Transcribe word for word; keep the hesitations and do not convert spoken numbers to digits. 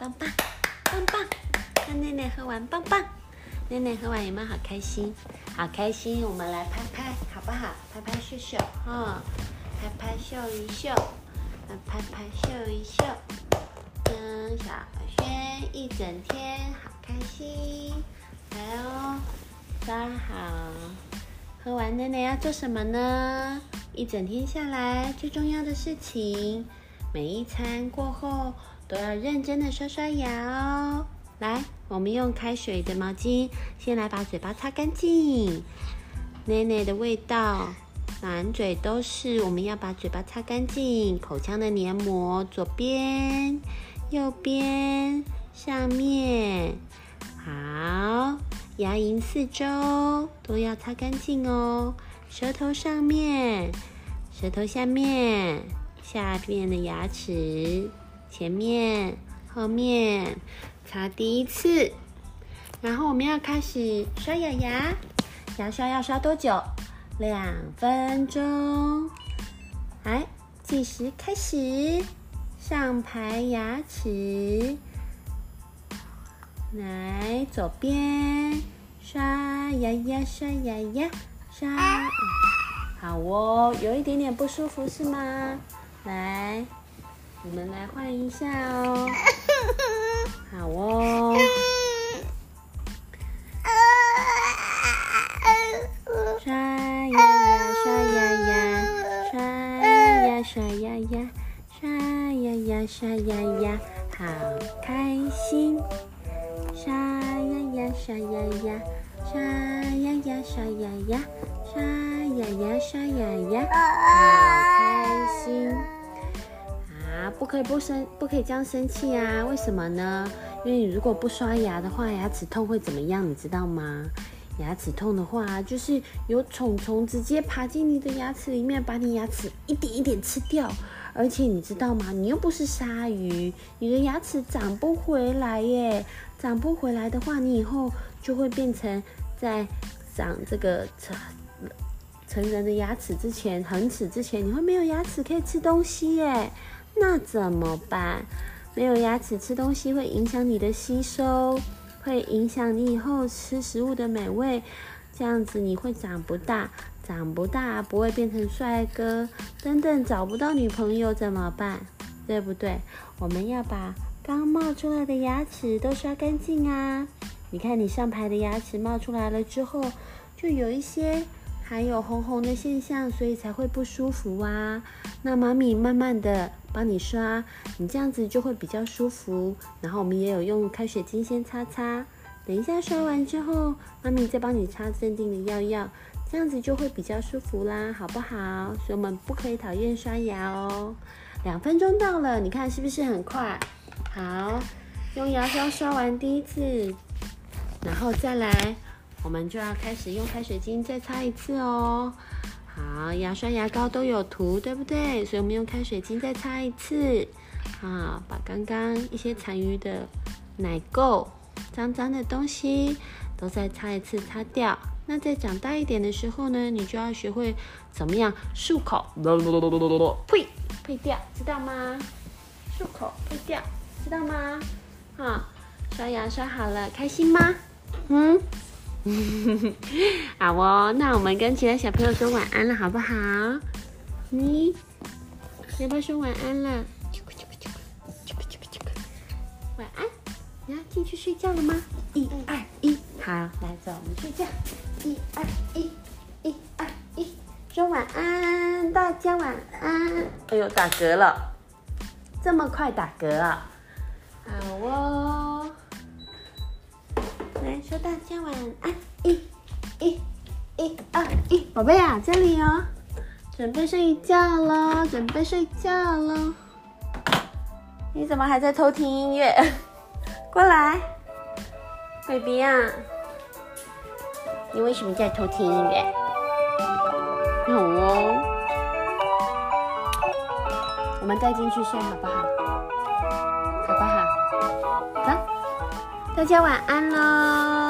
棒棒，棒棒，让奶奶喝完棒棒。奶奶喝完有没有好开心？好开心，我们来拍拍好不好？拍拍秀秀，哈、哦，拍拍秀一秀，拍拍秀一秀。跟小轩一整天好开心，来哦，刷好。喝完奶奶要做什么呢？一整天下来，最重要的事情，每一餐过后都要认真的刷刷牙哦。来，我们用开水的毛巾先来把嘴巴擦干净。奶奶的味道满嘴都是，我们要把嘴巴擦干净。口腔的黏膜，左边、右边、上面，好，牙龈四周都要擦干净哦。舌头上面、舌头下面、下面的牙齿，前面、后面。擦第一次，然后我们要开始刷牙牙，牙刷要刷多久？两分钟。来，计时开始，上排牙齿，来左边刷牙牙，刷牙牙，刷。好哦，有一点点不舒服是吗？来，我们来换一下哦。好哦，刷牙牙，刷牙牙，刷牙牙，刷牙牙，刷牙牙，刷牙牙，好开心！刷牙牙，刷牙牙，刷牙牙，刷牙牙，刷牙牙，刷牙牙，好开心！啊，不可以不生，不可以这样生气啊！为什么呢？因为你如果不刷牙的话，牙齿痛会怎么样？你知道吗？牙齿痛的话，就是有虫虫直接爬进你的牙齿里面，把你牙齿一点一点吃掉。而且你知道吗？你又不是鲨鱼，你的牙齿长不回来耶！长不回来的话，你以后就会变成在长这个成成人的牙齿之前，恒齿之前，你会没有牙齿可以吃东西耶。那怎么办？没有牙齿吃东西会影响你的吸收，会影响你以后吃食物的美味，这样子你会长不大，长不大不会变成帅哥，等等找不到女朋友怎么办？对不对？我们要把刚冒出来的牙齿都刷干净啊！你看你上排的牙齿冒出来了之后，就有一些还有红红的现象，所以才会不舒服啊。那妈咪慢慢的帮你刷，你这样子就会比较舒服。然后我们也有用开水巾先擦擦，等一下刷完之后，妈咪再帮你擦镇定的药药，这样子就会比较舒服啦，好不好？所以我们不可以讨厌刷牙哦。两分钟到了，你看是不是很快？好，用牙刷刷完第一次，然后再来。我们就要开始用开水巾再擦一次哦。好，牙刷牙膏都有涂，对不对？所以我们用开水巾再擦一次。好，把刚刚一些残余的奶垢、脏脏的东西都再擦一次，擦掉。那在长大一点的时候呢，你就要学会怎么样漱口，呸呸掉，知道吗？漱口呸掉，知道吗？好，刷牙刷好了，开心吗？嗯。好哦，那我们跟其他小朋友说晚安了，好不好？你要不要说晚安了？晚安，你要进去睡觉了吗？一二一，好，来走，我们睡觉。一二一，一二一，说晚安，大家晚安。哎呦，打嗝了，这么快打嗝啊？好哦。来说大家晚安，一、一、一、二、一，宝贝啊，这里哦，准备睡觉咯，准备睡觉咯。你怎么还在偷听音乐？过来 ，baby 啊，你为什么在偷听音乐？好哦，我们带进去睡好不好？好不好？走。大家晚安喽。